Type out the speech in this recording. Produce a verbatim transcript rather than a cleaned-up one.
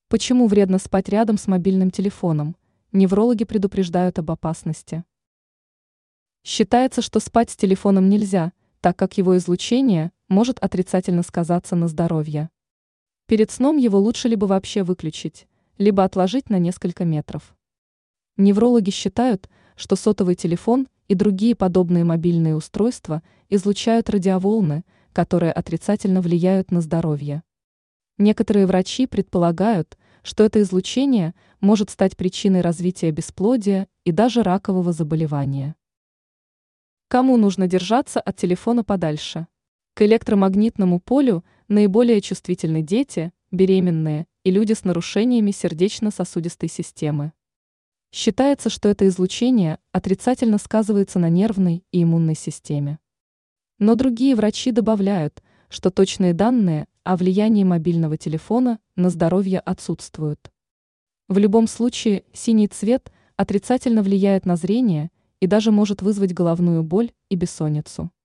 Почему вредно спать рядом с мобильным телефоном? Неврологи предупреждают об опасности. Считается, что спать с телефоном нельзя, так как его излучение может отрицательно сказаться на здоровье. Перед сном его лучше либо вообще выключить, либо отложить на несколько метров. Неврологи считают, что сотовый телефон и другие подобные мобильные устройства излучают радиоволны, которые отрицательно влияют на здоровье. Некоторые врачи предполагают, что это излучение может стать причиной развития бесплодия и даже ракового заболевания. Кому нужно держаться от телефона подальше? К электромагнитному полю наиболее чувствительны дети, беременные и люди с нарушениями сердечно-сосудистой системы. Считается, что это излучение отрицательно сказывается на нервной и иммунной системе. Но другие врачи добавляют, что точные данные о влиянии мобильного телефона на здоровье отсутствуют. В любом случае, синий цвет отрицательно влияет на зрение и даже может вызвать головную боль и бессонницу.